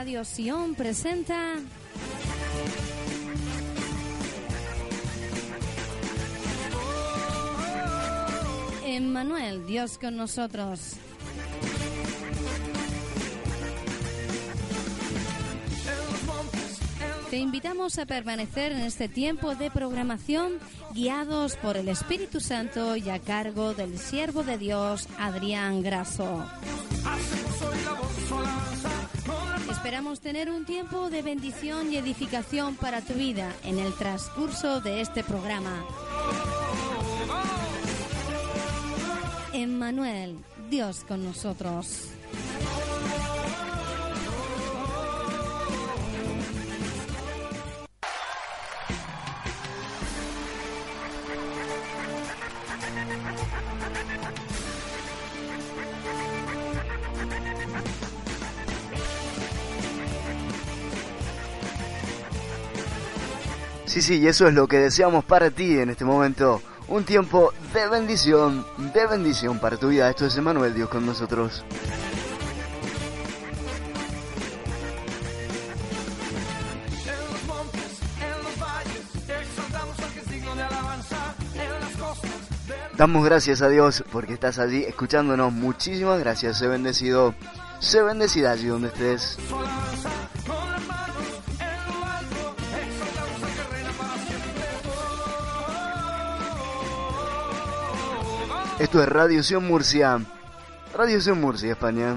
Radio Sion presenta Emmanuel, Dios con nosotros. Te invitamos a permanecer en este tiempo de programación guiados por el Espíritu Santo y a cargo del siervo de Dios, Adrián Grasso. Esperamos tener un tiempo de bendición y edificación para tu vida en el transcurso de este programa. Emmanuel, Dios con nosotros. Sí, y eso es lo que deseamos para ti en este momento. Un tiempo de bendición para tu vida. Esto es Emmanuel, Dios con nosotros. Damos gracias a Dios porque estás allí escuchándonos. Muchísimas gracias. Sé bendecido, sé bendecida allí donde estés. Esto es Radio Sion Murcia, España.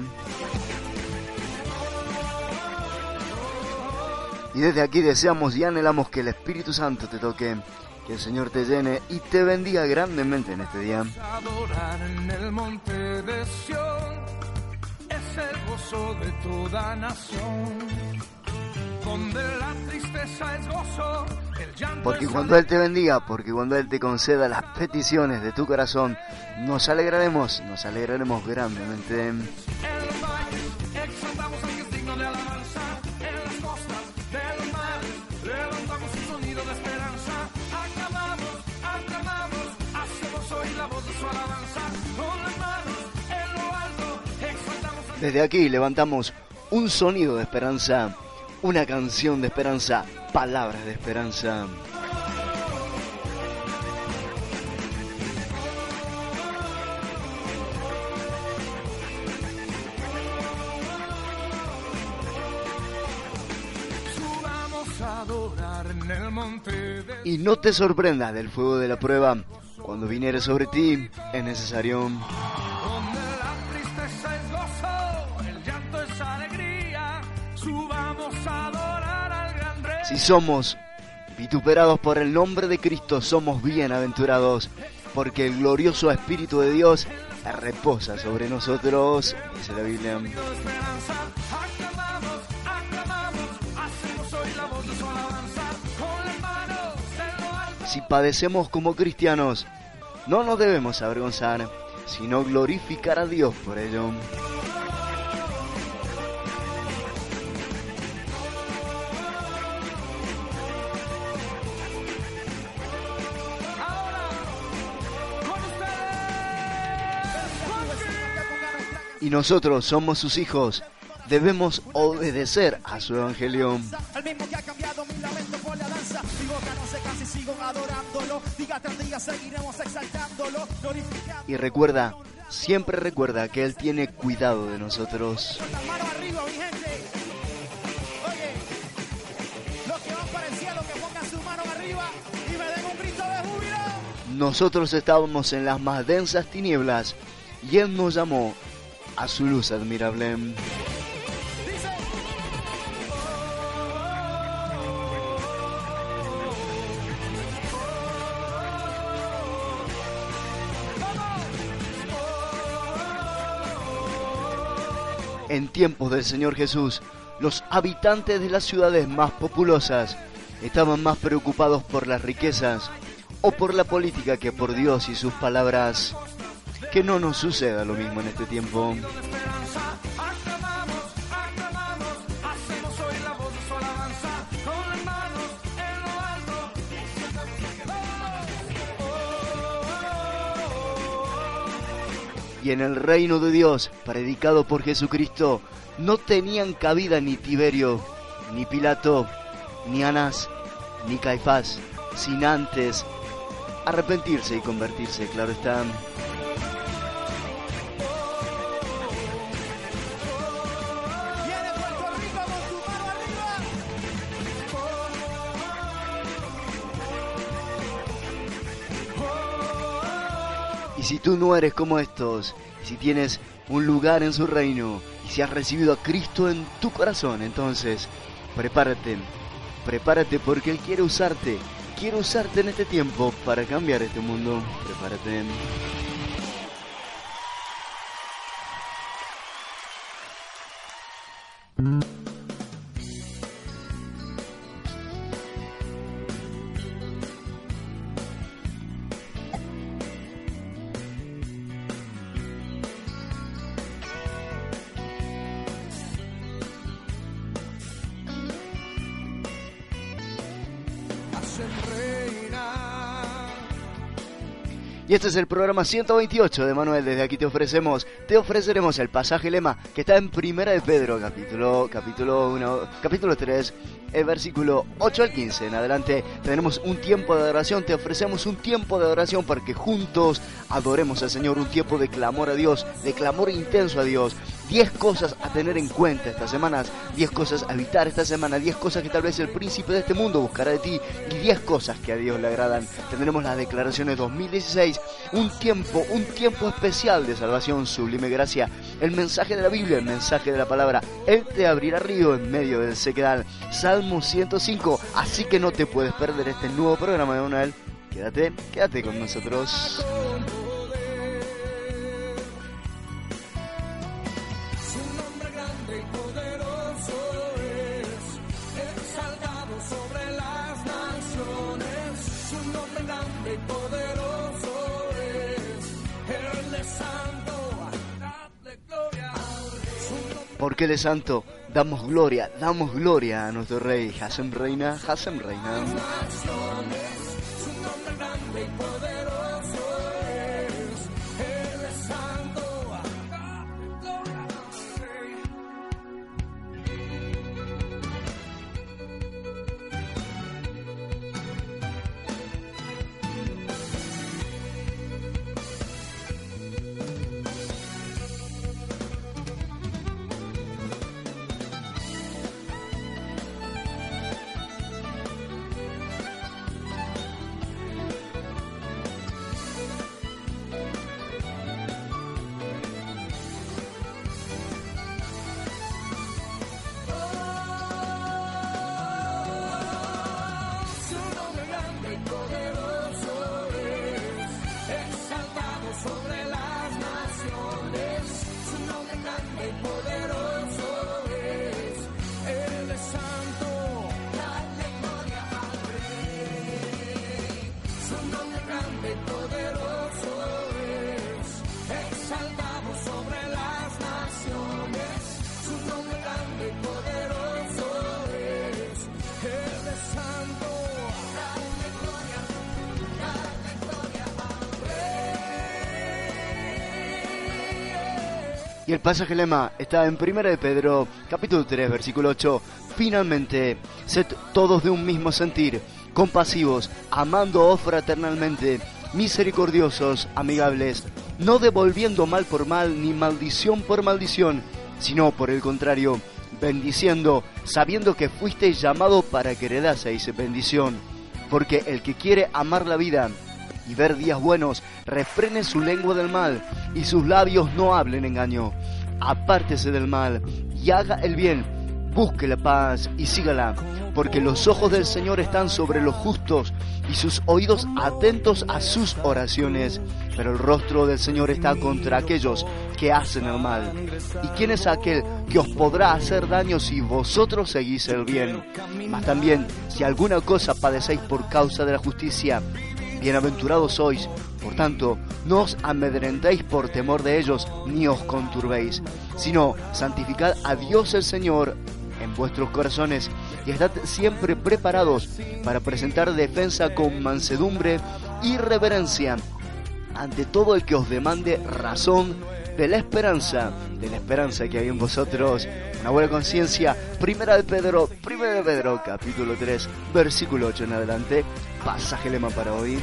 Y desde aquí deseamos y anhelamos que el Espíritu Santo te toque, que el Señor te llene y te bendiga grandemente en este día. Adorar en el monte de Sion es el gozo de toda nación, donde la tristeza es gozo, el llanto. Porque cuando Él te bendiga, porque cuando Él te conceda las peticiones de tu corazón, nos alegraremos grandemente. Exaltamos al que es digno de alabanza, en las costas de los mares, levantamos un sonido de esperanza, aclamamos, hacemos oír la voz de su alabanza, con las manos en lo alto, exaltamos. Desde aquí levantamos un sonido de esperanza, una canción de esperanza, palabras de esperanza. Y no te sorprendas del fuego de la prueba. Cuando viniere sobre ti, es necesario. Donde la tristeza es gozo, el llanto es alegría, subamos a adorar al gran Rey. Si somos vituperados por el nombre de Cristo, somos bienaventurados, porque el glorioso Espíritu de Dios reposa sobre nosotros, dice la Biblia. Si padecemos como cristianos, no nos debemos avergonzar, sino glorificar a Dios por ello. Y nosotros somos sus hijos, debemos obedecer a su evangelio. El mismo que ha cambiado mi lamento por la danza. Mi boca no se cansa y sigo adorándolo. Día tras día seguiremos exaltándolo, glorificándolo. Y recuerda, siempre recuerda que Él tiene cuidado de nosotros. Con las manos arriba, mi gente. Oye, los que van para el cielo, que pongan sus manos arriba y me den un grito de júbilo. Nosotros estábamos en las más densas tinieblas y Él nos llamó a su luz admirable. En tiempos del Señor Jesús, los habitantes de las ciudades más populosas estaban más preocupados por las riquezas o por la política que por Dios y sus palabras. Que no nos suceda lo mismo en este tiempo. Y en el reino de Dios, predicado por Jesucristo, no tenían cabida ni Tiberio, ni Pilato, ni Anás, ni Caifás, sin antes arrepentirse y convertirse, claro está. Viene Puerto Rico con tu mano arriba. Y si tú no eres como estos, si tienes un lugar en su reino, y si has recibido a Cristo en tu corazón, entonces prepárate porque Él quiere usarte en este tiempo para cambiar este mundo. Prepárate. Y este es el programa 128 de Manuel. Desde aquí te ofreceremos el pasaje lema que está en Primera de Pedro, capítulo 3, el versículo 8 al 15. En adelante tenemos un tiempo de adoración. Te ofrecemos un tiempo de adoración para que juntos adoremos al Señor. Un tiempo de clamor a Dios, de clamor intenso a Dios. 10 cosas a tener en cuenta estas semanas, 10 cosas a evitar esta semana, 10 cosas que tal vez el príncipe de este mundo buscará de ti y 10 cosas que a Dios le agradan. Tendremos las declaraciones 2016, un tiempo especial de salvación, sublime gracia, el mensaje de la Biblia, el mensaje de la palabra. Él te abrirá río en medio del sequedal. Salmo 105, así que no te puedes perder este nuevo programa de Manuel. Quédate con nosotros. Porque Él es santo, damos gloria a nuestro Rey. Hashem reina. Y el pasaje lema está en 1 de Pedro, capítulo 3, versículo 8. Finalmente, sed todos de un mismo sentir, compasivos, amándoos fraternalmente, misericordiosos, amigables, no devolviendo mal por mal, ni maldición por maldición, sino por el contrario, bendiciendo, sabiendo que fuisteis llamados para que heredaseis bendición. Porque el que quiere amar la vida y ver días buenos, refrene su lengua del mal, y sus labios no hablen engaño. Apártese del mal, y haga el bien, busque la paz, y sígala, porque los ojos del Señor están sobre los justos, y sus oídos atentos a sus oraciones, pero el rostro del Señor está contra aquellos que hacen el mal. ¿Y quién es aquel que os podrá hacer daño si vosotros seguís el bien? Mas también, si alguna cosa padecéis por causa de la justicia, bienaventurados sois. Por tanto, no os amedrentéis por temor de ellos, ni os conturbéis, sino santificad a Dios el Señor en vuestros corazones, y estad siempre preparados para presentar defensa con mansedumbre y reverencia ante todo el que os demande razón de la esperanza que hay en vosotros, una buena conciencia. Primera de Pedro, capítulo 3, versículo 8 en adelante. Pasaje lema para hoy.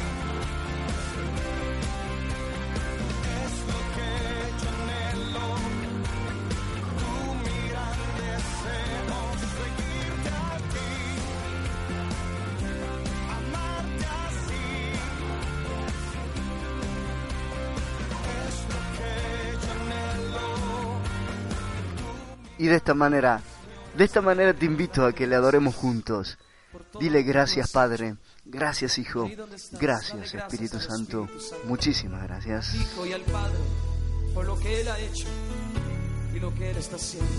Y de esta manera te invito a que le adoremos juntos. Dile gracias Padre, gracias Hijo, gracias Espíritu Santo. Muchísimas gracias. Hijo y al Padre por lo que Él ha hecho y lo que Él está haciendo.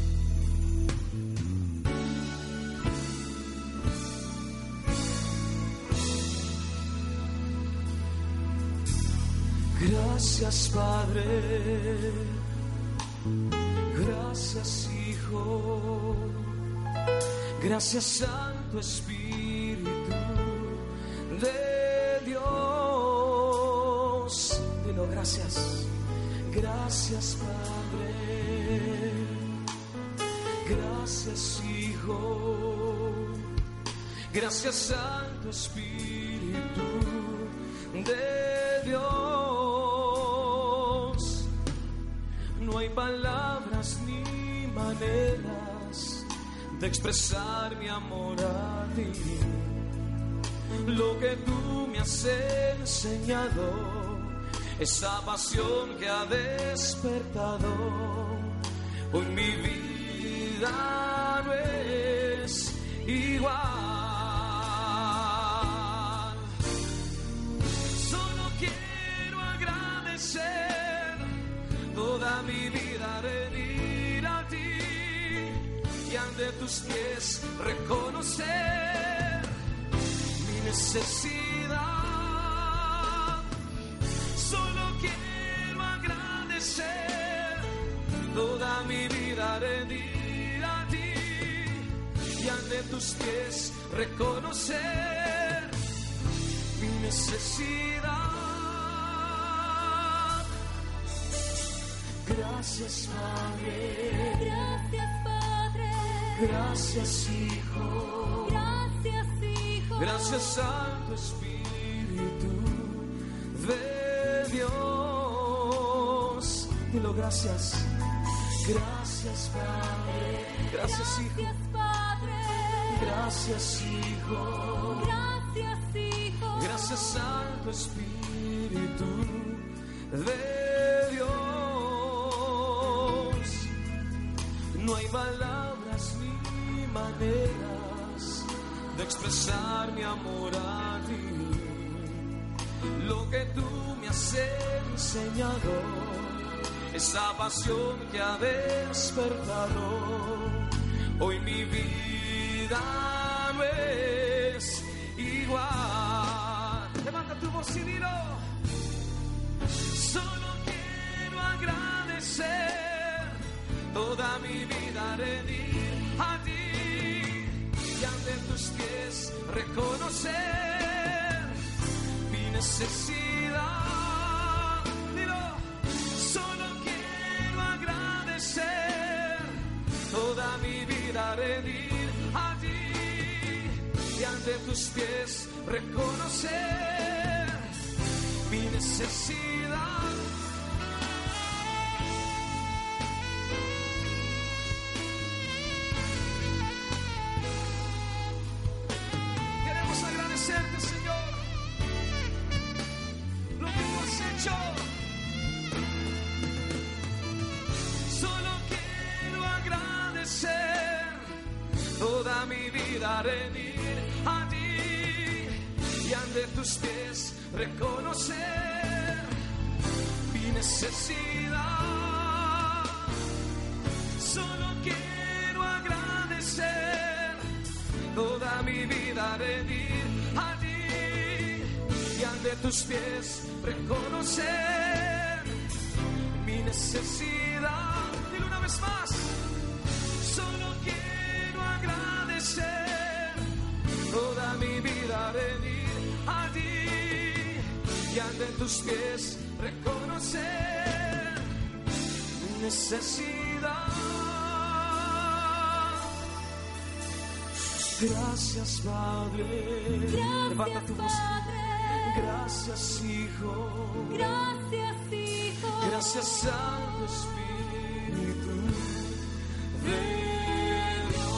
Gracias Padre, gracias Hijo, gracias Santo Espíritu de Dios. Dilo, gracias, gracias Padre, gracias Hijo, gracias Santo Espíritu de Dios. No hay palabras ni maneras de expresar mi amor a ti. Lo que tú me has enseñado, esa pasión que ha despertado, hoy mi vida no es igual. Solo quiero agradecer toda mi vida, rendir a ti y ante tus pies reconocer mi necesidad. Solo quiero agradecer toda mi vida, rendir a ti y ante tus pies reconocer mi necesidad. Gracias Padre, gracias Padre, gracias Hijo, gracias Hijo, gracias Santo Espíritu de Dios. Dilo, gracias, gracias Padre, gracias Hijo, gracias Hijo, gracias Hijo, gracias Santo Espíritu de Dios. No hay palabras ni maneras de expresar mi amor a ti. Lo que tú me has enseñado, esa pasión que ha despertado, hoy mi vida no es igual. Levanta tu voz y dilo. Solo quiero agradecer toda mi vida, rendir a ti y ante tus pies reconocer mi necesidad. Dilo, solo quiero agradecer toda mi vida, rendir a ti y ante tus pies reconocer mi necesidad. Señor, lo que tú has hecho. Solo quiero agradecer toda mi vida, rendir a ti y ante tus pies reconocer mi necesidad. Solo quiero agradecer toda mi vida, rendir a ti y ante tus pies reconocer mi necesidad. Dile una vez más. Solo quiero agradecer toda mi vida, rendir a ti y ante tus pies reconocer mi necesidad. Gracias, Padre. Levanta tu voz. Gracias, Hijo. Gracias, Santo Espíritu de Dios.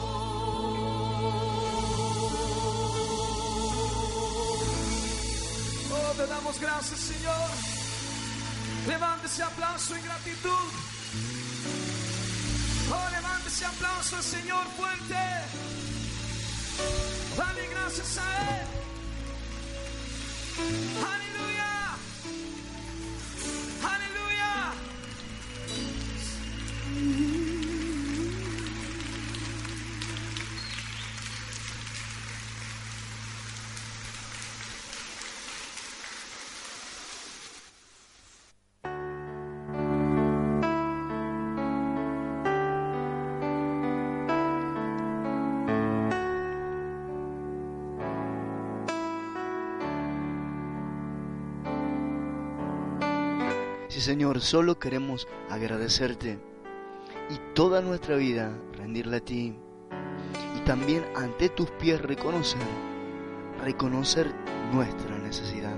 Oh, te damos gracias, Señor. Levante ese aplauso en gratitud. Oh, levante ese aplauso al Señor fuerte. Dale gracias a Él. Aleluya. Aleluya. Sí, Señor, solo queremos agradecerte y toda nuestra vida rendirla a ti, y también ante tus pies reconocer nuestra necesidad.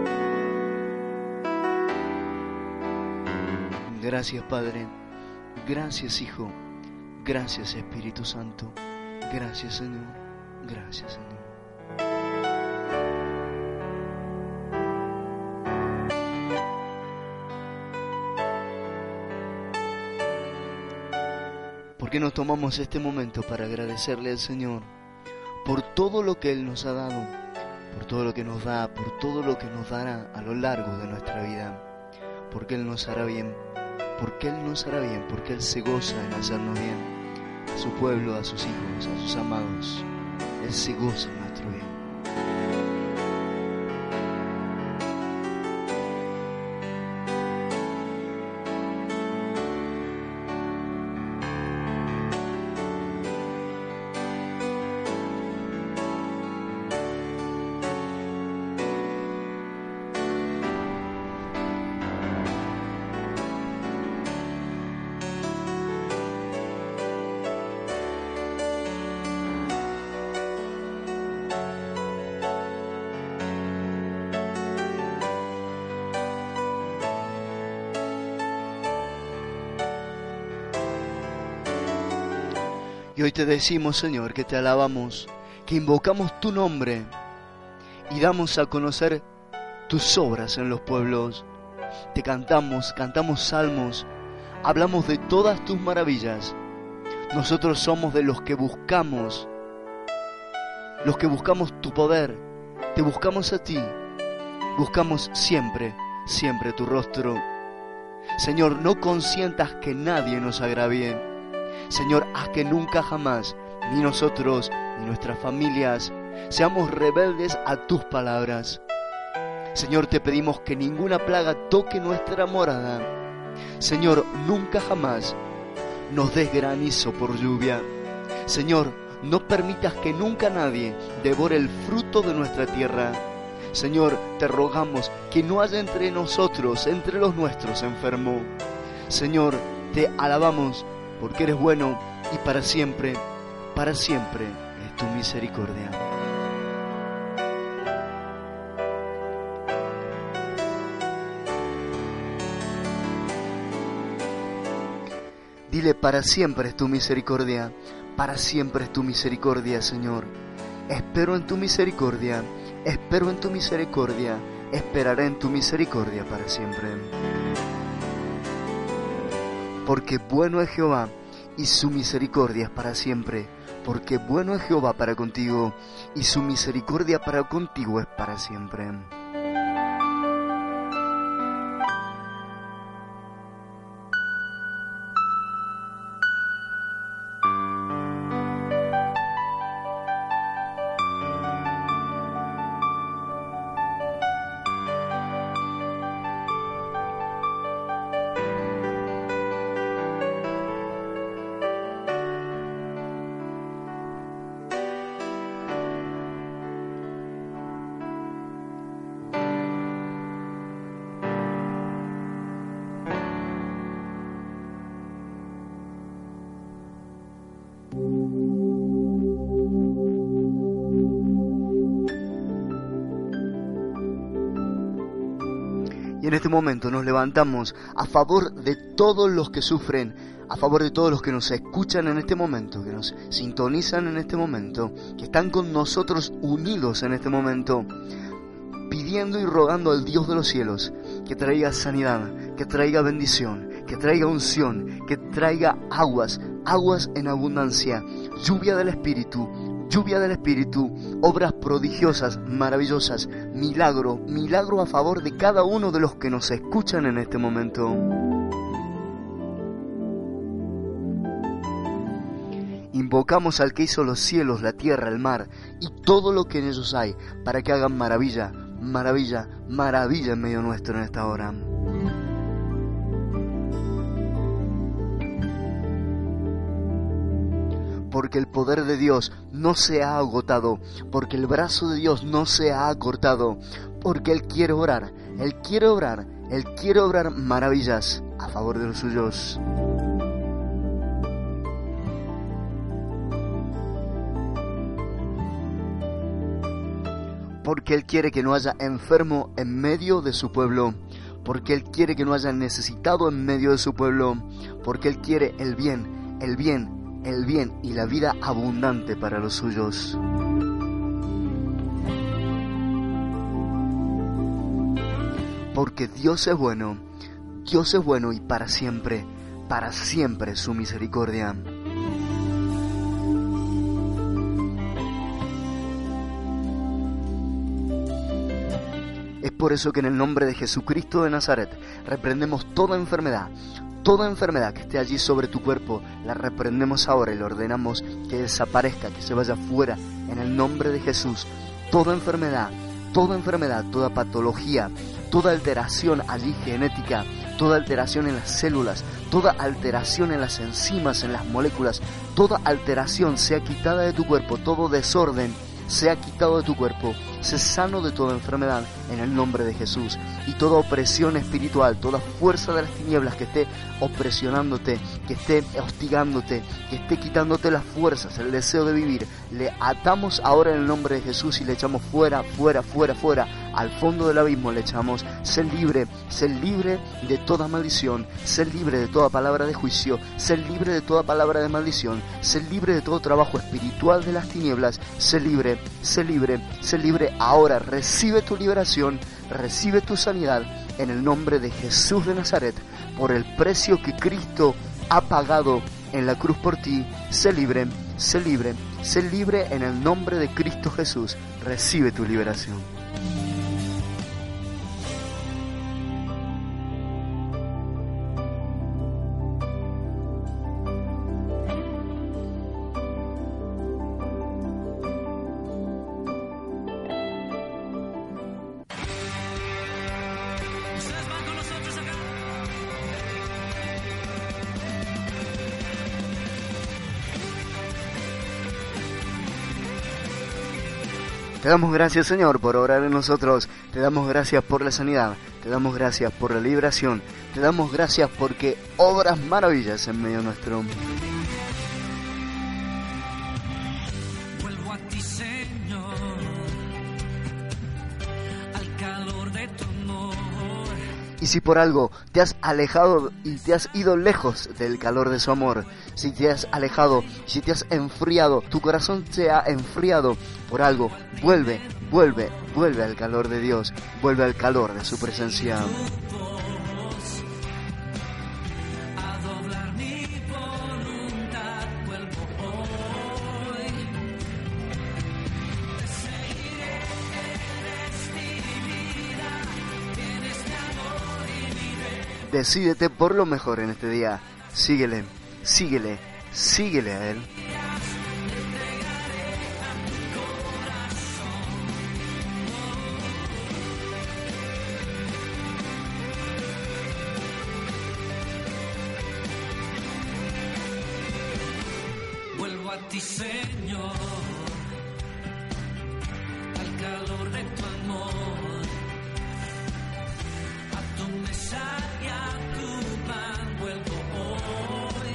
Gracias, Padre, gracias, Hijo, gracias, Espíritu Santo, gracias, Señor, gracias, Señor. ¿Por qué no tomamos este momento para agradecerle al Señor por todo lo que Él nos ha dado, por todo lo que nos da, por todo lo que nos dará a lo largo de nuestra vida? Porque Él nos hará bien, porque Él nos hará bien, porque Él se goza en hacernos bien, a su pueblo, a sus hijos, a sus amados. Él se goza en nuestro bien. Y hoy te decimos, Señor, que te alabamos, que invocamos tu nombre y damos a conocer tus obras en los pueblos. Te cantamos salmos, hablamos de todas tus maravillas. Nosotros somos de los que buscamos tu poder, te buscamos a ti, buscamos siempre, siempre tu rostro. Señor, no consientas que nadie nos agravie. Señor, haz que nunca jamás, ni nosotros, ni nuestras familias, seamos rebeldes a tus palabras. Señor, te pedimos que ninguna plaga toque nuestra morada. Señor, nunca jamás nos des granizo por lluvia. Señor, no permitas que nunca nadie devore el fruto de nuestra tierra. Señor, te rogamos que no haya entre nosotros, entre los nuestros, enfermo. Señor, te alabamos porque eres bueno y para siempre es tu misericordia. Dile, para siempre es tu misericordia, para siempre es tu misericordia, Señor. Espero en tu misericordia, espero en tu misericordia, esperaré en tu misericordia para siempre. Porque bueno es Jehová, y su misericordia es para siempre. Porque bueno es Jehová para contigo, y su misericordia para contigo es para siempre. Y en este momento nos levantamos a favor de todos los que sufren, a favor de todos los que nos escuchan en este momento, que nos sintonizan en este momento, que están con nosotros unidos en este momento, pidiendo y rogando al Dios de los cielos que traiga sanidad, que traiga bendición, que traiga unción, que traiga aguas en abundancia, lluvia del Espíritu, obras prodigiosas, maravillosas, milagro a favor de cada uno de los que nos escuchan en este momento. Invocamos al que hizo los cielos, la tierra, el mar y todo lo que en ellos hay, para que hagan maravilla en medio nuestro en esta hora. Porque el poder de Dios no se ha agotado, porque el brazo de Dios no se ha acortado, porque Él quiere obrar maravillas a favor de los suyos. Porque Él quiere que no haya enfermo en medio de su pueblo, porque Él quiere que no haya necesitado en medio de su pueblo, porque Él quiere el bien y la vida abundante para los suyos. Porque Dios es bueno y para siempre su misericordia. Es por eso que en el nombre de Jesucristo de Nazaret reprendemos toda enfermedad que esté allí sobre tu cuerpo, la reprendemos ahora y le ordenamos que desaparezca, que se vaya fuera en el nombre de Jesús. Toda enfermedad, toda patología, toda alteración allí genética, toda alteración en las células, toda alteración en las enzimas, en las moléculas, toda alteración sea quitada de tu cuerpo, todo desorden sea quitado de tu cuerpo, sé sano de toda enfermedad en el nombre de Jesús. Y toda opresión espiritual, toda fuerza de las tinieblas que esté opresionándote, que esté hostigándote, que esté quitándote las fuerzas, el deseo de vivir, le atamos ahora en el nombre de Jesús y le echamos fuera, al fondo del abismo le echamos. Sé libre de toda maldición, sé libre de toda palabra de juicio, sé libre de toda palabra de maldición, sé libre de todo trabajo espiritual de las tinieblas, sé libre. Ahora recibe tu liberación, recibe tu sanidad en el nombre de Jesús de Nazaret, por el precio que Cristo ha pagado en la cruz por ti. Sé libre en el nombre de Cristo Jesús. Recibe tu liberación. Te damos gracias, Señor, por obrar en nosotros. Te damos gracias por la sanidad. Te damos gracias por la liberación. Te damos gracias porque obras maravillas en medio nuestro. Vuelvo a ti, Señor, al calor de tu amor. Y si por algo te has alejado y te has ido lejos del calor de su amor, si te has alejado, si te has enfriado, tu corazón se ha enfriado por algo, vuelve al calor de Dios, vuelve al calor de su presencia. Decídete por lo mejor en este día. Síguele a Él. Vuelvo a ti, Señor, al calor de tu amor, a tu mesa y a tu pan vuelvo hoy.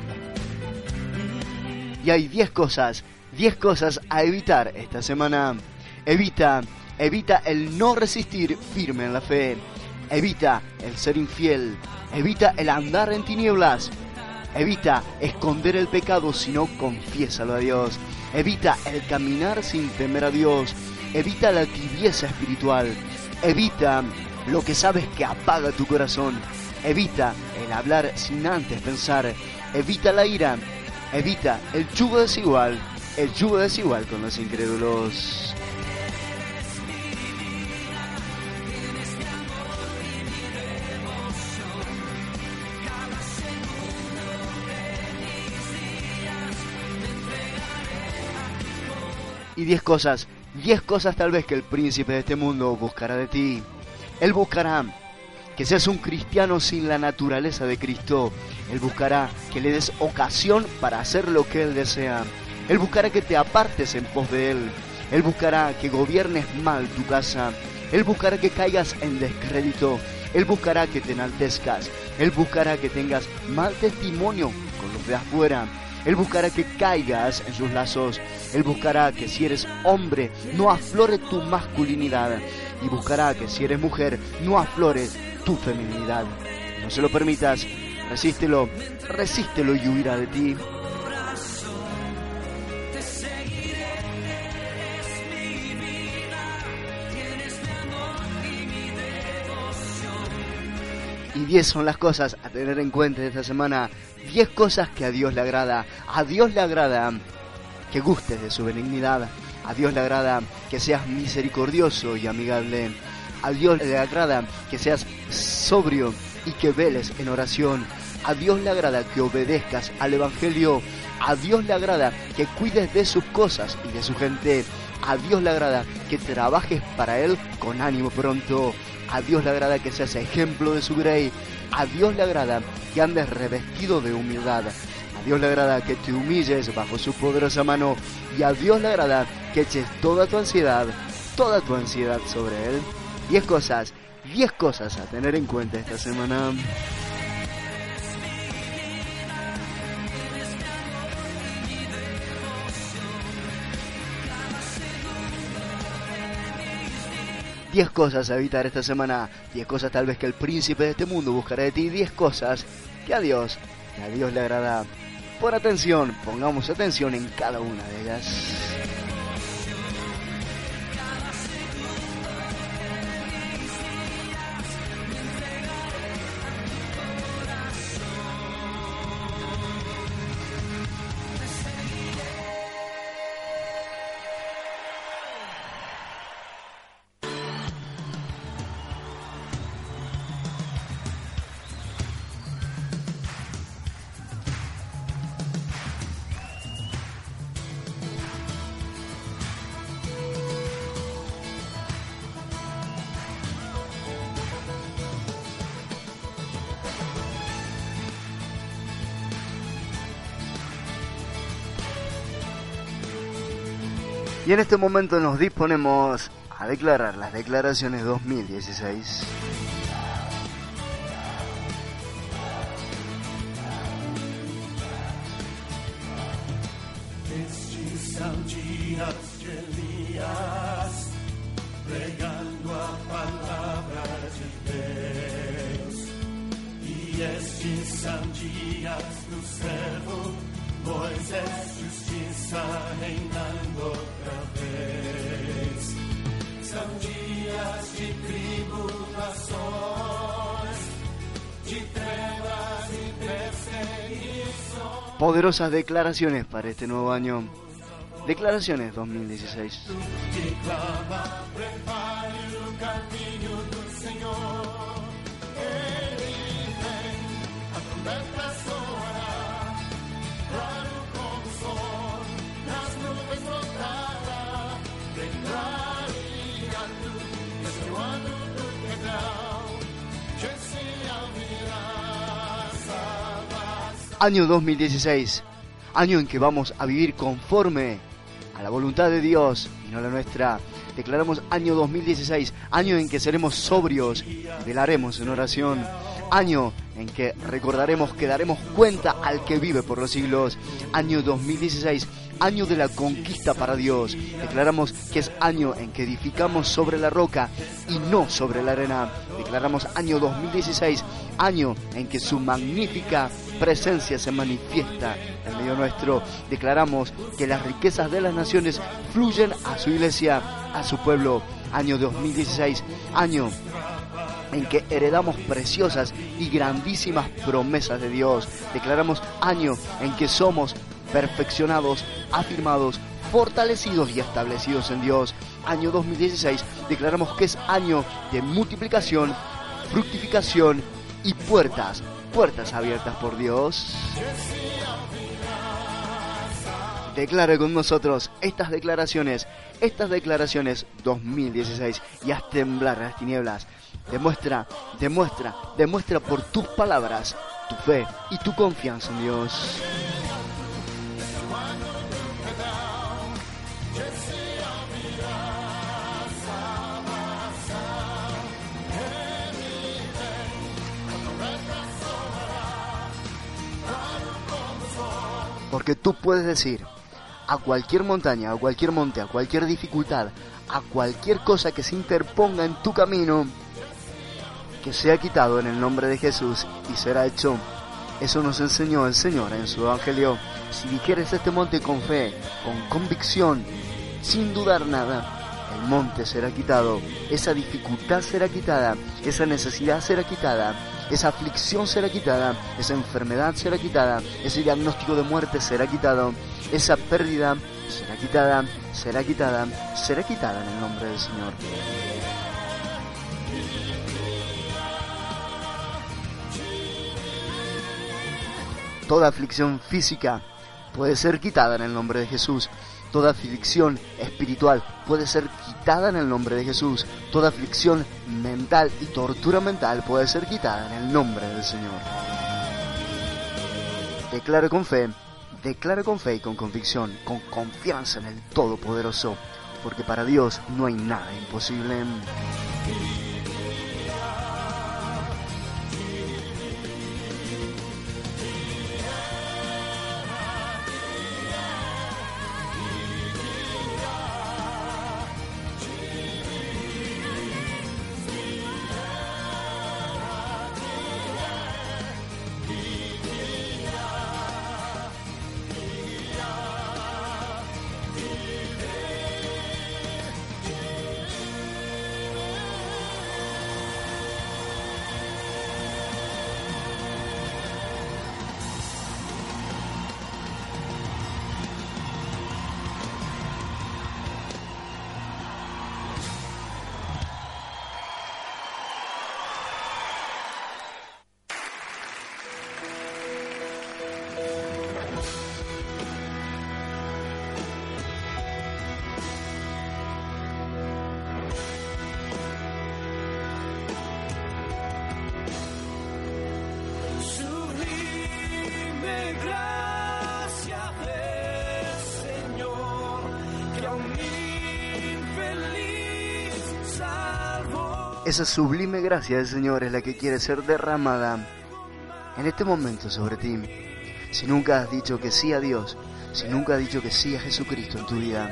Y hay 10 cosas a evitar esta semana. Evita el no resistir firme en la fe. Evita el ser infiel. Evita el andar en tinieblas. Evita esconder el pecado, sino confiésalo a Dios. Evita el caminar sin temer a Dios. Evita la tibieza espiritual. Evita lo que sabes que apaga tu corazón. Evita el hablar sin antes pensar. Evita la ira. Evita el yugo desigual con los incrédulos. Y 10 cosas tal vez que el príncipe de este mundo buscará de ti. Él buscará que seas un cristiano sin la naturaleza de Cristo. Él buscará que le des ocasión para hacer lo que Él desea. Él buscará que te apartes en pos de Él. Él buscará que gobiernes mal tu casa. Él buscará que caigas en descrédito. Él buscará que te enaltezcas. Él buscará que tengas mal testimonio con los de afuera. Él buscará que caigas en sus lazos. Él buscará que si eres hombre no aflore tu masculinidad. Y buscará que si eres mujer no aflores tu feminidad. No se lo permitas. Resístelo y huirá de ti. Y 10 son las cosas a tener en cuenta esta semana. 10 cosas que a Dios le agrada. A Dios le agrada que gustes de su benignidad. A Dios le agrada que seas misericordioso y amigable. A Dios le agrada que seas sobrio y que veles en oración. A Dios le agrada que obedezcas al Evangelio. A Dios le agrada que cuides de sus cosas y de su gente. A Dios le agrada que trabajes para Él con ánimo pronto. A Dios le agrada que seas ejemplo de su grey. A Dios le agrada que andes revestido de humildad. A Dios le agrada que te humilles bajo su poderosa mano. Y a Dios le agrada que eches toda tu ansiedad sobre Él. 10 cosas a tener en cuenta esta semana. Diez cosas a evitar esta semana. 10 cosas tal vez que el príncipe de este mundo buscará de ti. 10 cosas que a Dios le agrada. Pon atención, pongamos atención en cada una de ellas. Y en este momento nos disponemos a declarar las declaraciones 2016. Estes são dias de Elias, pregando a palavra de Deus. E estes são dias do servo Moisés, justiça reinando outra vez. São dias de tribulações, de trevas e perseguições. Poderosas declaraciones para este nuevo año. Declaraciones 2016. Declama, prepare o caminho do Senhor. Ele vem, a trombeta soará, claro como o sol, nas nuvens voltará. Declare a tu, este ano do perdão, se ouvirá salvação. Año 2016, año en que vamos a vivir conforme a la voluntad de Dios y no la nuestra. Declaramos año 2016, año en que seremos sobrios y velaremos en oración. Año en que recordaremos que daremos cuenta al que vive por los siglos. Año 2016, año de la conquista para Dios. Declaramos que es año en que edificamos sobre la roca y no sobre la arena. Declaramos año 2016, año en que su magnífica presencia se manifiesta en medio nuestro. Declaramos que las riquezas de las naciones fluyen a su iglesia, a su pueblo. Año 2016, año en que heredamos preciosas y grandísimas promesas de Dios. Declaramos año en que somos perfeccionados, afirmados, fortalecidos y establecidos en Dios. Año 2016, declaramos que es año de multiplicación, fructificación y puertas abiertas por Dios. Declara con nosotros estas declaraciones 2016 y haz temblar las tinieblas. Demuestra por tus palabras tu fe y tu confianza en Dios. Porque tú puedes decir a cualquier montaña, a cualquier monte, a cualquier dificultad, a cualquier cosa que se interponga en tu camino, que sea quitado en el nombre de Jesús y será hecho. Eso nos enseñó el Señor en su Evangelio. Si dijeres este monte con fe, con convicción, sin dudar nada, el monte será quitado, esa dificultad será quitada, esa necesidad será quitada, esa aflicción será quitada, esa enfermedad será quitada, ese diagnóstico de muerte será quitado, esa pérdida será quitada, será quitada, será quitada en el nombre del Señor. Toda aflicción física puede ser quitada en el nombre de Jesús. Toda aflicción espiritual puede ser quitada en el nombre de Jesús. Toda aflicción mental y tortura mental puede ser quitada en el nombre del Señor. Declara con fe y con convicción, con confianza en el Todopoderoso, porque para Dios no hay nada imposible. Esa sublime gracia del Señor es la que quiere ser derramada en este momento sobre ti. Si nunca has dicho que sí a Dios, si nunca has dicho que sí a Jesucristo en tu vida,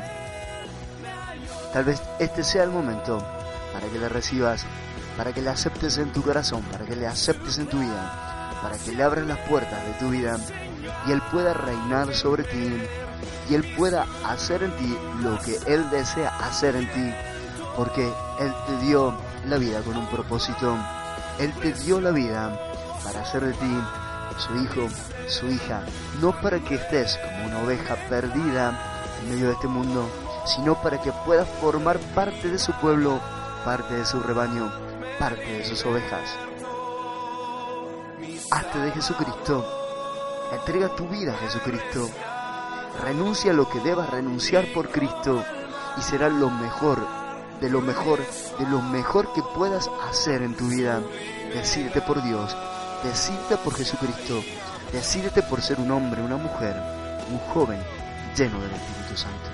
tal vez este sea el momento para que le recibas, para que le aceptes en tu corazón, para que le aceptes en tu vida, para que le abras las puertas de tu vida y Él pueda reinar sobre ti y Él pueda hacer en ti lo que Él desea hacer en ti, porque Él te dio la vida con un propósito. Él te dio la vida para hacer de ti su hijo, su hija, no para que estés como una oveja perdida en medio de este mundo, sino para que puedas formar parte de su pueblo, parte de su rebaño, parte de sus ovejas. Hazte de Jesucristo, entrega tu vida a Jesucristo, renuncia a lo que debas renunciar por Cristo y será lo mejor, de lo mejor que puedas hacer en tu vida. Decídete por Dios, decídete por Jesucristo, decídete por ser un hombre, una mujer, un joven lleno del Espíritu Santo.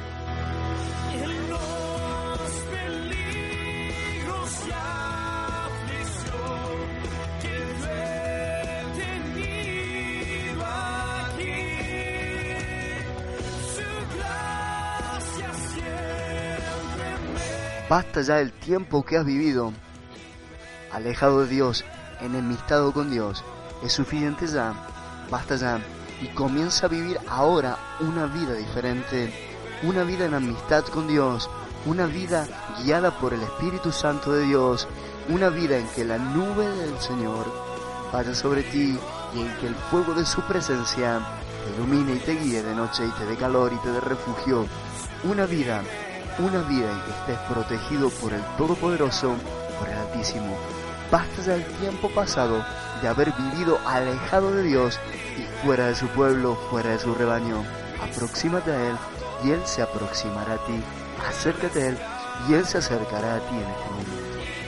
Basta ya del tiempo que has vivido alejado de Dios, enemistado con Dios. Es suficiente ya, basta ya, y comienza a vivir ahora una vida diferente, una vida en amistad con Dios, una vida guiada por el Espíritu Santo de Dios, una vida en que la nube del Señor vaya sobre ti y en que el fuego de su presencia te ilumine y te guíe de noche y te dé calor y te dé refugio. Una vida en que estés protegido por el Todopoderoso, por el Altísimo. Basta ya el tiempo pasado de haber vivido alejado de Dios y fuera de su pueblo, fuera de su rebaño. Aproxímate a Él y Él se aproximará a ti. Acércate a Él y Él se acercará a ti en este momento.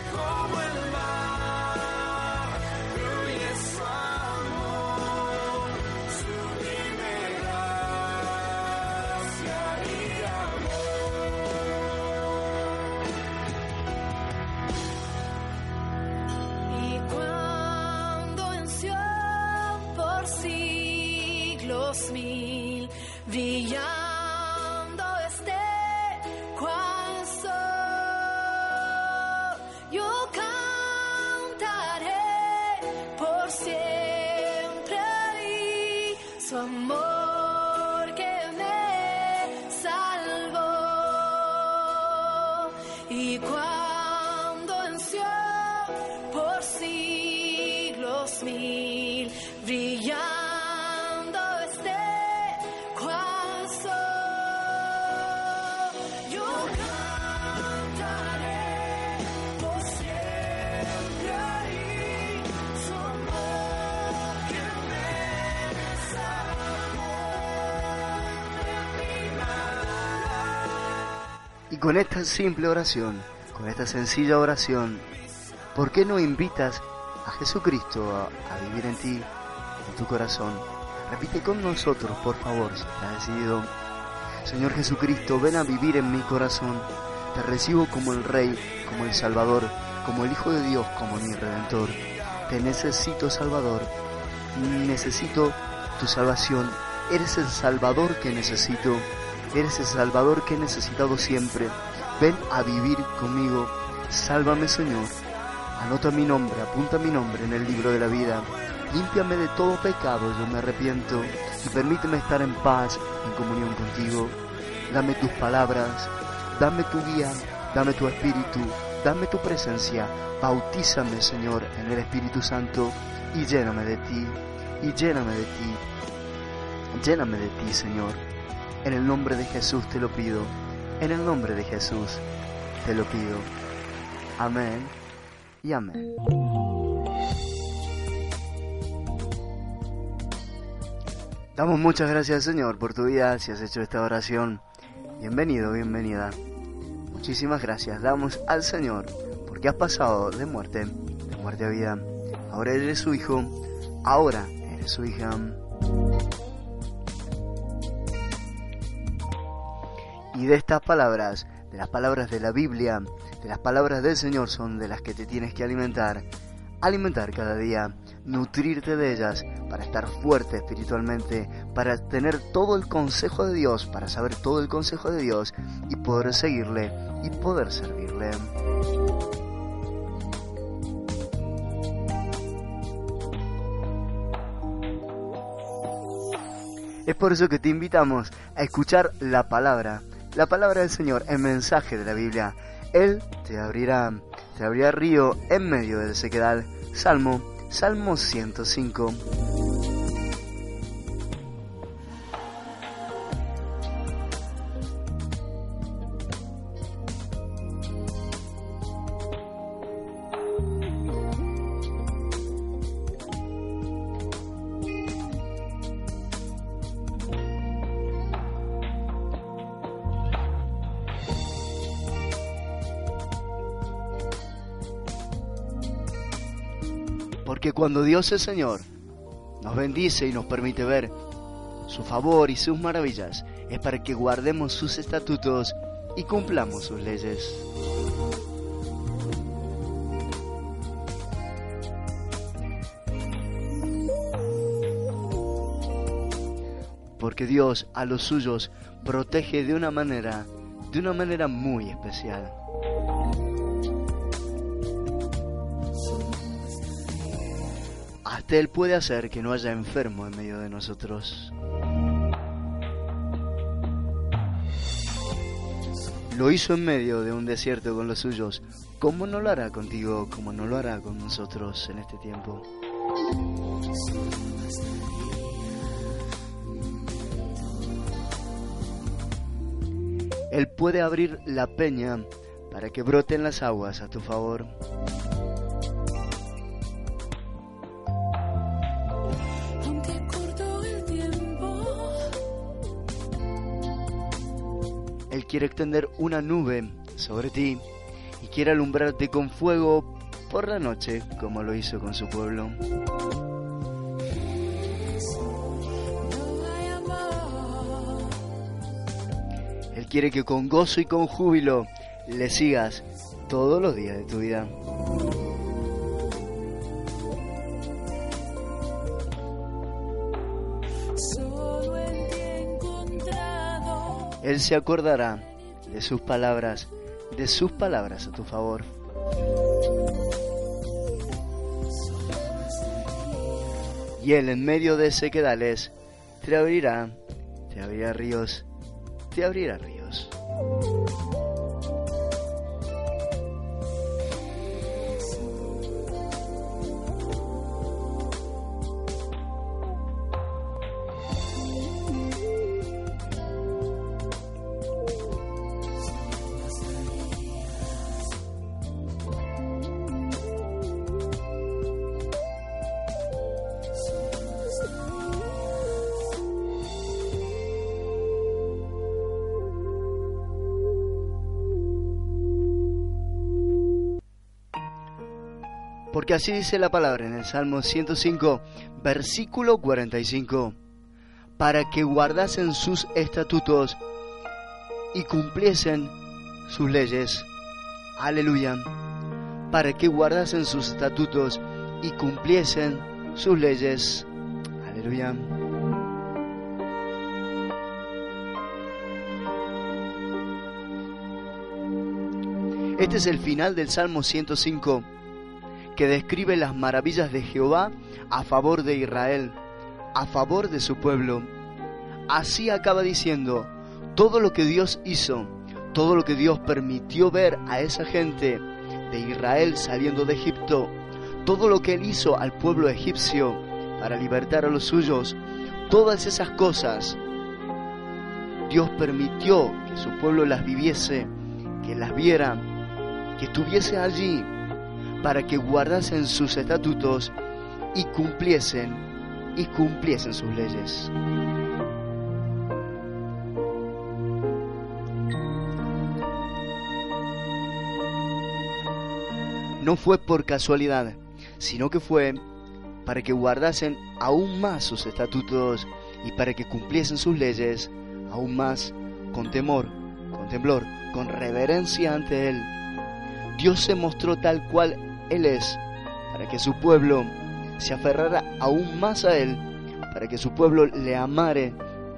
Y cuando en Sion por siglos mil brillando esté cual sol, yo cantaré por siempre ahí su amor que me salvó. Y cuando en Sion por siglos mil brillando esté cual sol, yo cantaré por siempre ahí su amor que me salvó de mi mal. Y con esta simple oración, con esta sencilla oración, ¿por qué no invitas a Jesucristo a vivir en ti, en tu corazón? Repite con nosotros, por favor, si estás decidido. Señor Jesucristo, ven a vivir en mi corazón. Te recibo como el Rey, como el Salvador, como el Hijo de Dios, como mi Redentor. Te necesito, Salvador. Necesito tu salvación. Eres el Salvador que necesito. Eres el Salvador que he necesitado siempre. Ven a vivir conmigo. Sálvame, Señor. Anota mi nombre, apunta mi nombre en el libro de la vida. Límpiame de todo pecado, yo me arrepiento. Y permíteme estar en paz, en comunión contigo. Dame tus palabras, dame tu guía, dame tu espíritu, dame tu presencia. Bautízame, Señor, en el Espíritu Santo y lléname de ti, y lléname de ti. Lléname de ti, Señor. En el nombre de Jesús te lo pido. En el nombre de Jesús te lo pido. Amén y amén. Damos muchas gracias, Señor, por tu vida. Si has hecho esta oración, bienvenido, bienvenida. Muchísimas gracias damos al Señor porque has pasado de muerte a vida. Ahora eres su hijo, ahora eres su hija. Y de estas palabras, de las palabras de la Biblia, de las palabras del Señor, son de las que te tienes que alimentar cada día, nutrirte de ellas para estar fuerte espiritualmente, para tener todo el consejo de Dios, para saber todo el consejo de Dios y poder seguirle y poder servirle. Es por eso que te invitamos a escuchar la palabra del Señor, el mensaje de la Biblia. Él te abrirá río en medio del sequedal. Salmo 105. Porque cuando Dios el Señor nos bendice y nos permite ver su favor y sus maravillas, es para que guardemos sus estatutos y cumplamos sus leyes. Porque Dios a los suyos protege de una manera muy especial. Su hasta Él puede hacer que no haya enfermo en medio de nosotros. Lo hizo en medio de un desierto con los suyos. ¿Cómo no lo hará contigo? ¿Cómo no lo hará con nosotros en este tiempo? Él puede abrir la peña para que broten las aguas a tu favor. Aunque corto el tiempo, Él quiere extender una nube sobre ti y quiere alumbrarte con fuego por la noche, como lo hizo con su pueblo. no hay amor. Él quiere que con gozo y con júbilo le sigas todos los días de tu vida. Solo en ti he encontrado Él se acordará de sus palabras a tu favor. Y Él en medio de sequedales te abrirá ríos, te abrirá ríos. Porque así dice la palabra en el Salmo 105, versículo 45, para que guardasen sus estatutos y cumpliesen sus leyes. Aleluya. Para que guardasen sus estatutos y cumpliesen sus leyes. Aleluya. Este es el final del Salmo 105, que describe las maravillas de Jehová a favor de Israel, a favor de su pueblo. Así acaba diciendo, todo lo que Dios hizo, todo lo que Dios permitió ver a esa gente de Israel saliendo de Egipto, todo lo que Él hizo al pueblo egipcio para libertar a los suyos, todas esas cosas, Dios permitió que su pueblo las viviese, que las viera, que estuviese allí, para que guardasen sus estatutos y cumpliesen sus leyes. No fue por casualidad, sino que fue para que guardasen aún más sus estatutos y para que cumpliesen sus leyes aún más con temor, con temblor, con reverencia ante Él. Dios se mostró tal cual Él es, para que su pueblo se aferrara aún más a Él, para que su pueblo le amase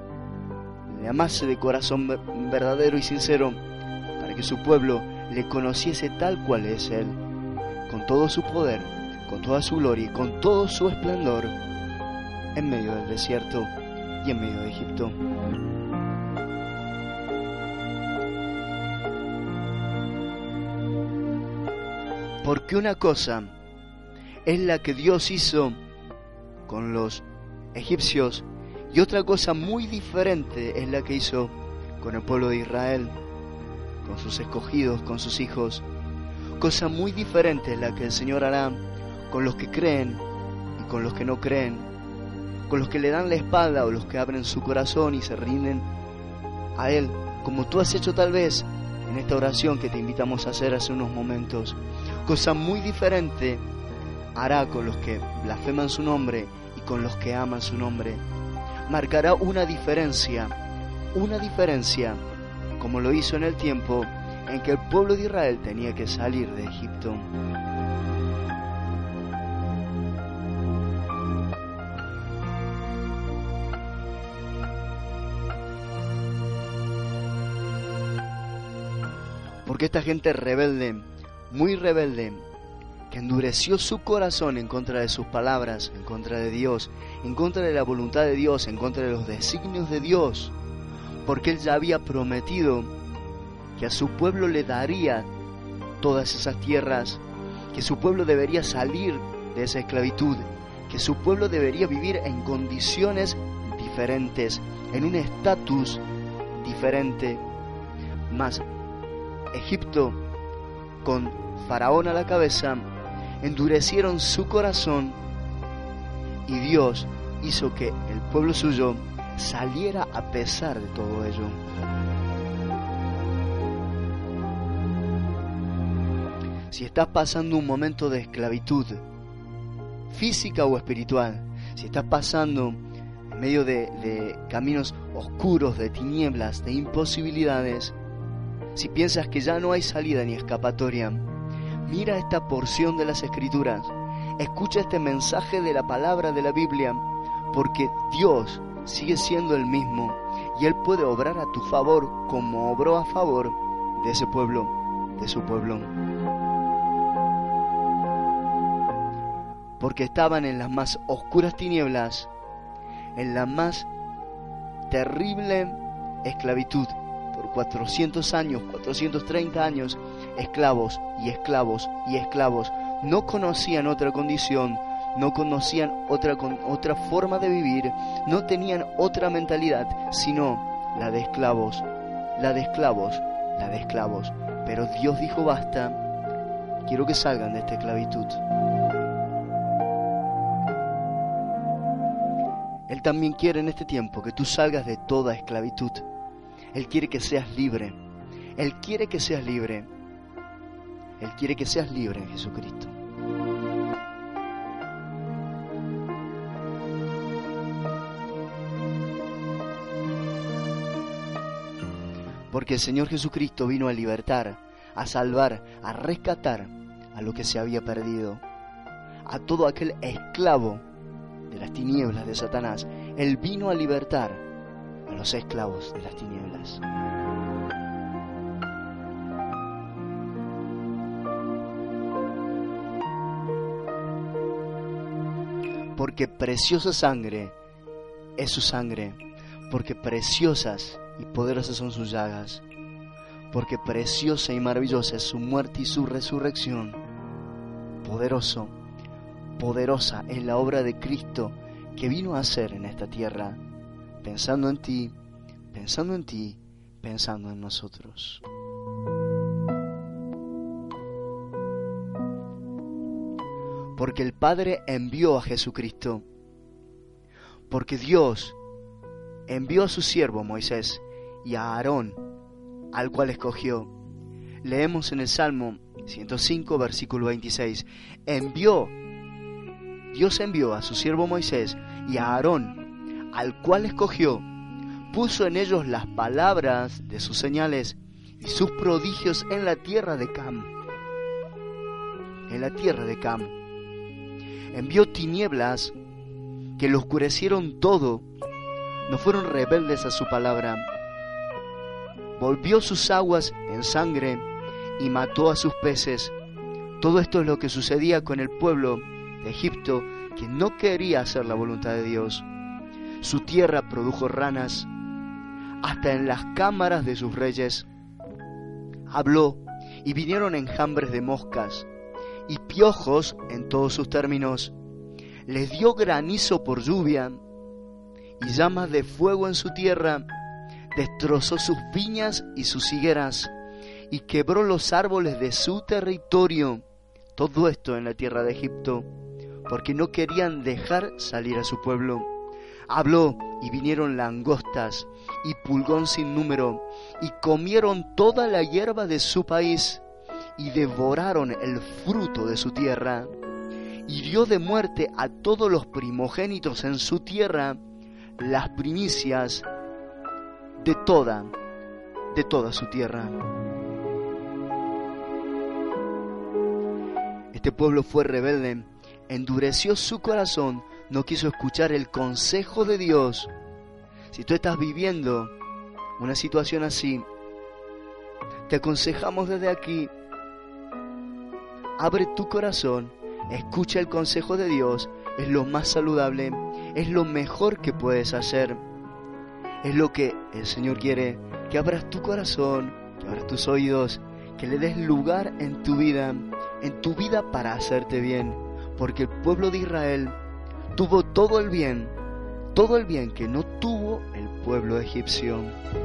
de corazón verdadero y sincero, para que su pueblo le conociese tal cual es Él, con todo su poder, con toda su gloria y con todo su esplendor, en medio del desierto y en medio de Egipto. Porque una cosa es la que Dios hizo con los egipcios y otra cosa muy diferente es la que hizo con el pueblo de Israel, con sus escogidos, con sus hijos. Cosa muy diferente es la que el Señor hará con los que creen y con los que no creen, con los que le dan la espalda o los que abren su corazón y se rinden a Él, como tú has hecho tal vez en esta oración que te invitamos a hacer hace unos momentos. Cosa muy diferente hará con los que blasfeman su nombre y con los que aman su nombre. Marcará una diferencia, como lo hizo en el tiempo en que el pueblo de Israel tenía que salir de Egipto. Porque esta gente rebelde, muy rebelde, que endureció su corazón en contra de sus palabras, en contra de Dios, en contra de la voluntad de Dios, en contra de los designios de Dios, porque Él ya había prometido que a su pueblo le daría todas esas tierras, que su pueblo debería salir de esa esclavitud, que su pueblo debería vivir en condiciones diferentes, en un estatus diferente. Mas Egipto, con Faraón a la cabeza, endurecieron su corazón y Dios hizo que el pueblo suyo saliera a pesar de todo ello. Si estás pasando un momento de esclavitud, física o espiritual, si estás pasando en medio de caminos oscuros, de tinieblas, de imposibilidades, si piensas que ya no hay salida ni escapatoria, mira esta porción de las Escrituras, escucha este mensaje de la palabra de la Biblia, porque Dios sigue siendo el mismo y Él puede obrar a tu favor como obró a favor de ese pueblo, de su pueblo. Porque estaban en las más oscuras tinieblas, en la más terrible esclavitud, por 400 años, 430 años, esclavos y esclavos y esclavos. No conocían otra condición, no conocían otra forma de vivir, no tenían otra mentalidad, sino la de esclavos, la de esclavos, la de esclavos. Pero Dios dijo: basta, quiero que salgan de esta esclavitud. Él también quiere en este tiempo que tú salgas de toda esclavitud. Él quiere que seas libre. Él quiere que seas libre. Él quiere que seas libre en Jesucristo. Porque el Señor Jesucristo vino a libertar, a salvar, a rescatar a lo que se había perdido, a todo aquel esclavo de las tinieblas de Satanás. Él vino a libertar a los esclavos de las tinieblas. Porque preciosa sangre es su sangre, porque preciosas y poderosas son sus llagas, porque preciosa y maravillosa es su muerte y su resurrección. Poderosa es la obra de Cristo que vino a hacer en esta tierra, pensando en ti, pensando en ti, pensando en nosotros. Porque el Padre envió a Jesucristo, porque Dios envió a su siervo Moisés y a Aarón, al cual escogió. Leemos en el Salmo 105, versículo 26. Dios envió a su siervo Moisés y a Aarón, al cual escogió, puso en ellos las palabras de sus señales y sus prodigios en la tierra de Cam. En la tierra de Cam. Envió tinieblas que lo oscurecieron todo, no fueron rebeldes a su palabra. Volvió sus aguas en sangre y mató a sus peces. Todo esto es lo que sucedía con el pueblo de Egipto, que no quería hacer la voluntad de Dios. Su tierra produjo ranas, hasta en las cámaras de sus reyes. Habló, y vinieron enjambres de moscas, y piojos en todos sus términos. Les dio granizo por lluvia, y llamas de fuego en su tierra. Destrozó sus viñas y sus higueras, y quebró los árboles de su territorio. Todo esto en la tierra de Egipto, porque no querían dejar salir a su pueblo. Habló, y vinieron langostas y pulgón sin número, y comieron toda la hierba de su país, y devoraron el fruto de su tierra. Hirió de muerte a todos los primogénitos en su tierra, las primicias de toda su tierra. Este pueblo fue rebelde, endureció su corazón, no quiso escuchar el consejo de Dios. Si tú estás viviendo una situación así, te aconsejamos desde aquí, abre tu corazón, escucha el consejo de Dios, es lo más saludable, es lo mejor que puedes hacer. Es lo que el Señor quiere, que abras tu corazón, que abras tus oídos, que le des lugar en tu vida para hacerte bien, porque el pueblo de Israel tuvo todo el bien que no tuvo el pueblo egipcio.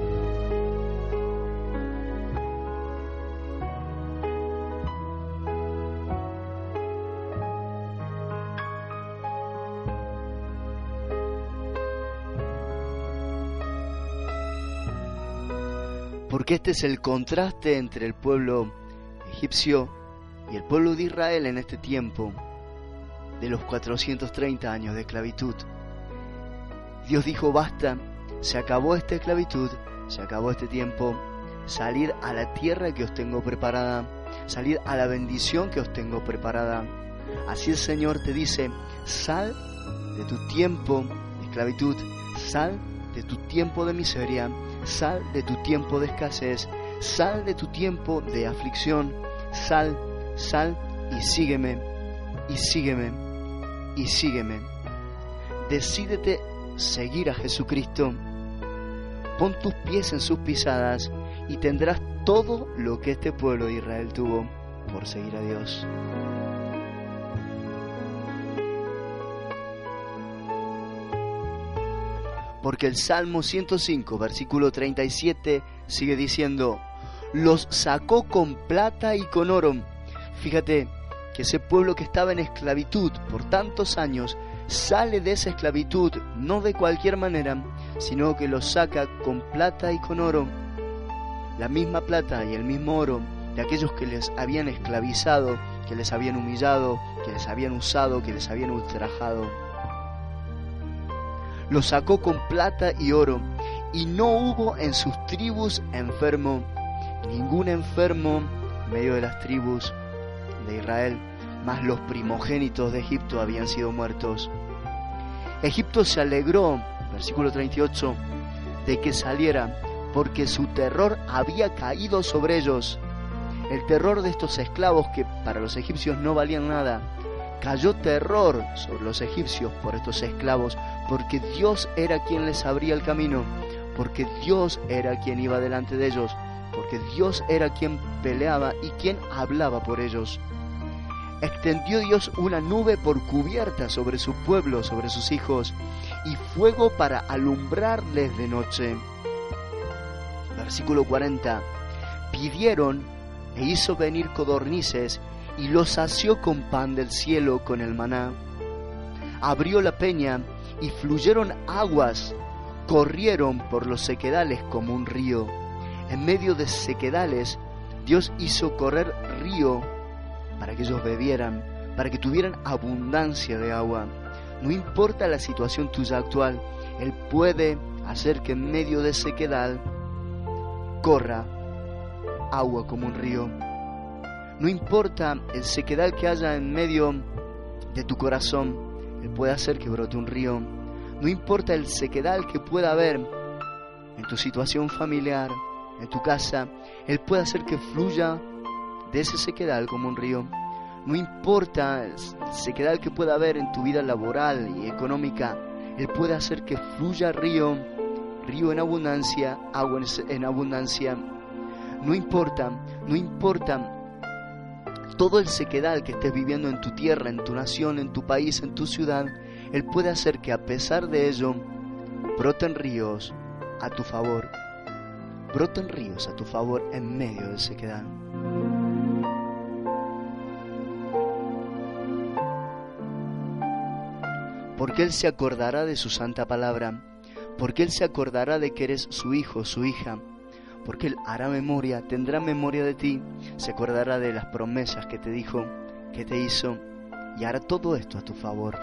Porque este es el contraste entre el pueblo egipcio y el pueblo de Israel en este tiempo de los 430 años de esclavitud. Dios dijo: basta, se acabó esta esclavitud, se acabó este tiempo, salid a la tierra que os tengo preparada, salid a la bendición que os tengo preparada. Así el Señor te dice: sal de tu tiempo de esclavitud, sal de tu tiempo de miseria, sal de tu tiempo de escasez, sal de tu tiempo de aflicción, sal y sígueme, y sígueme, y sígueme. Decídete seguir a Jesucristo, pon tus pies en sus pisadas y tendrás todo lo que este pueblo de Israel tuvo por seguir a Dios. Porque el Salmo 105, versículo 37, sigue diciendo: los sacó con plata y con oro. Fíjate que ese pueblo que estaba en esclavitud por tantos años sale de esa esclavitud no de cualquier manera, sino que lo saca con plata y con oro. La misma plata y el mismo oro de aquellos que les habían esclavizado, que les habían humillado, que les habían usado, que les habían ultrajado. Lo sacó con plata y oro, y no hubo en sus tribus enfermo, ningún enfermo en medio de las tribus de Israel, mas los primogénitos de Egipto habían sido muertos. Egipto se alegró, versículo 38, de que saliera, porque su terror había caído sobre ellos. El terror de estos esclavos que para los egipcios no valían nada. Cayó terror sobre los egipcios por estos esclavos, porque Dios era quien les abría el camino, porque Dios era quien iba delante de ellos, porque Dios era quien peleaba y quien hablaba por ellos. Extendió Dios una nube por cubierta sobre su pueblo, sobre sus hijos, y fuego para alumbrarles de noche. Versículo 40. Pidieron e hizo venir codornices, y los sació con pan del cielo, con el maná. Abrió la peña, y fluyeron aguas, corrieron por los sequedales como un río. En medio de sequedales, Dios hizo correr río para que ellos bebieran, para que tuvieran abundancia de agua. No importa la situación tuya actual, Él puede hacer que en medio de sequedal corra agua como un río. No importa el sequedal que haya en medio de tu corazón, Él puede hacer que brote un río. No importa el sequedal que pueda haber en tu situación familiar, en tu casa, Él puede hacer que fluya de ese sequedal como un río. No importa el sequedal que pueda haber en tu vida laboral y económica, Él puede hacer que fluya río en abundancia, agua en abundancia. No importa todo el sequedal que estés viviendo en tu tierra, en tu nación, en tu país, en tu ciudad, Él puede hacer que a pesar de ello broten ríos a tu favor. Broten ríos a tu favor en medio del sequedal. Porque Él se acordará de su santa palabra, porque Él se acordará de que eres su hijo, su hija, porque Él hará memoria, tendrá memoria de ti, se acordará de las promesas que te dijo, que te hizo, y hará todo esto a tu favor.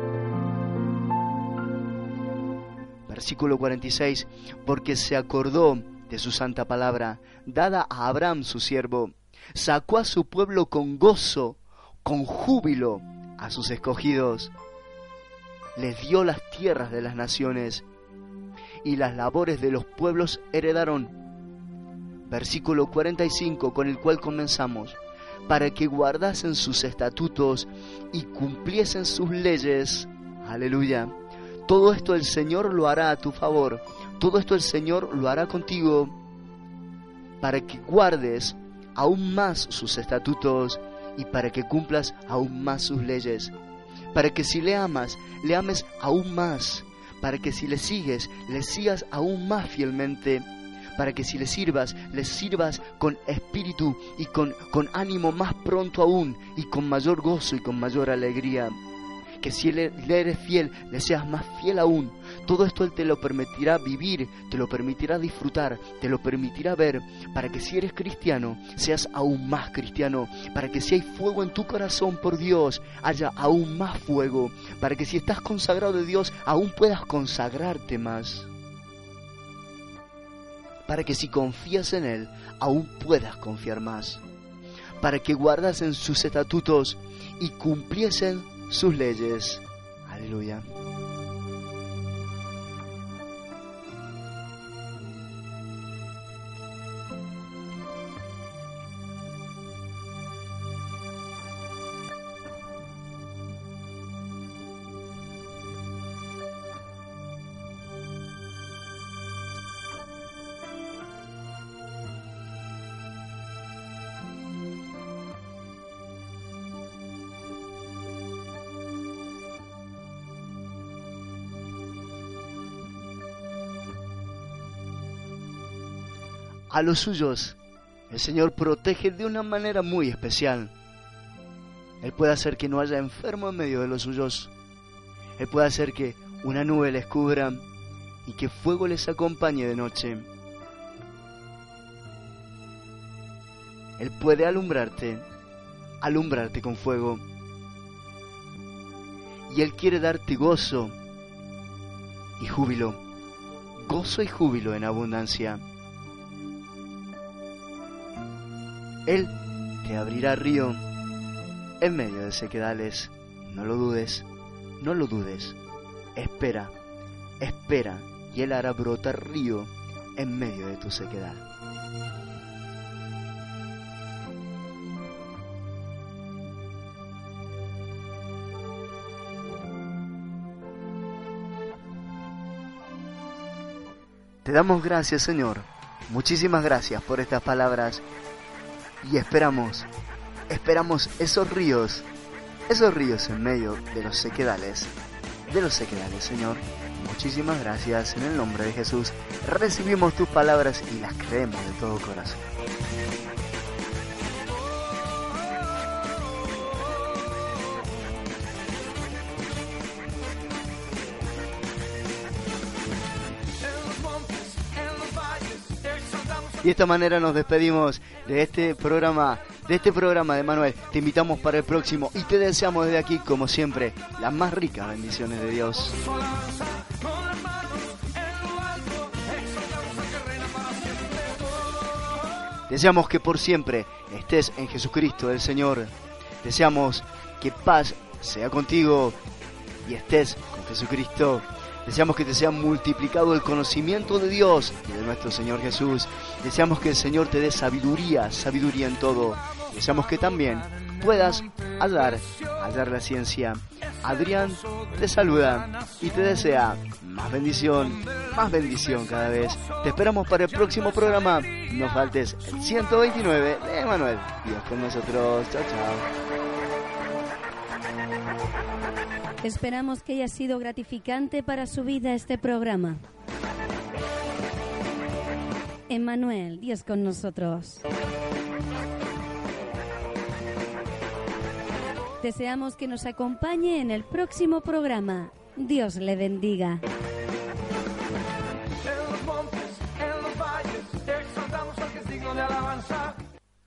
Versículo 46, porque se acordó de su santa palabra, dada a Abraham su siervo, sacó a su pueblo con gozo, con júbilo a sus escogidos, les dio las tierras de las naciones, y las labores de los pueblos heredaron. Versículo 45, con el cual comenzamos. para que guardasen sus estatutos y cumpliesen sus leyes. Aleluya. Todo esto el Señor lo hará a tu favor. Todo esto el Señor lo hará contigo para que guardes aún más sus estatutos y para que cumplas aún más sus leyes. Para que si le amas, le ames aún más. Para que si le sigues, le sigas aún más fielmente. Para que si le sirvas con espíritu y con ánimo más pronto aún, y con mayor gozo y con mayor alegría. Que si le eres fiel, le seas más fiel aún. Todo esto Él te lo permitirá vivir, te lo permitirá disfrutar, te lo permitirá ver, para que si eres cristiano, seas aún más cristiano. Para que si hay fuego en tu corazón por Dios, haya aún más fuego. Para que si estás consagrado de Dios, aún puedas consagrarte más. Para que si confías en Él, aún puedas confiar más. Para que guardasen sus estatutos y cumpliesen sus leyes. Aleluya. A los suyos, el Señor protege de una manera muy especial. Él puede hacer que no haya enfermo en medio de los suyos. Él puede hacer que una nube les cubra y que fuego les acompañe de noche. Él puede alumbrarte con fuego. Y Él quiere darte gozo y júbilo en abundancia. Él te abrirá río en medio de sequedales. No lo dudes, no lo dudes. Espera, espera, y Él hará brotar río en medio de tu sequedad. Te damos gracias, Señor. Muchísimas gracias por estas palabras. Y esperamos esos ríos en medio de los sequedales, Señor. Muchísimas gracias, en el nombre de Jesús. Recibimos tus palabras y las creemos de todo corazón. Y de esta manera nos despedimos de este programa de Manuel. Te invitamos para el próximo y te deseamos desde aquí, como siempre, las más ricas bendiciones de Dios. Deseamos que por siempre estés en Jesucristo el Señor. Deseamos que paz sea contigo y estés con Jesucristo. Deseamos que te sea multiplicado el conocimiento de Dios y de nuestro Señor Jesús. Deseamos que el Señor te dé sabiduría en todo. Deseamos que también puedas hallar la ciencia. Adrián te saluda y te desea más bendición cada vez. Te esperamos para el próximo programa. No faltes el 129 de Manuel. Dios con nosotros. Chao, chao. Esperamos que haya sido gratificante para su vida este programa. Emmanuel, Dios con nosotros. Deseamos que nos acompañe en el próximo programa. Dios le bendiga.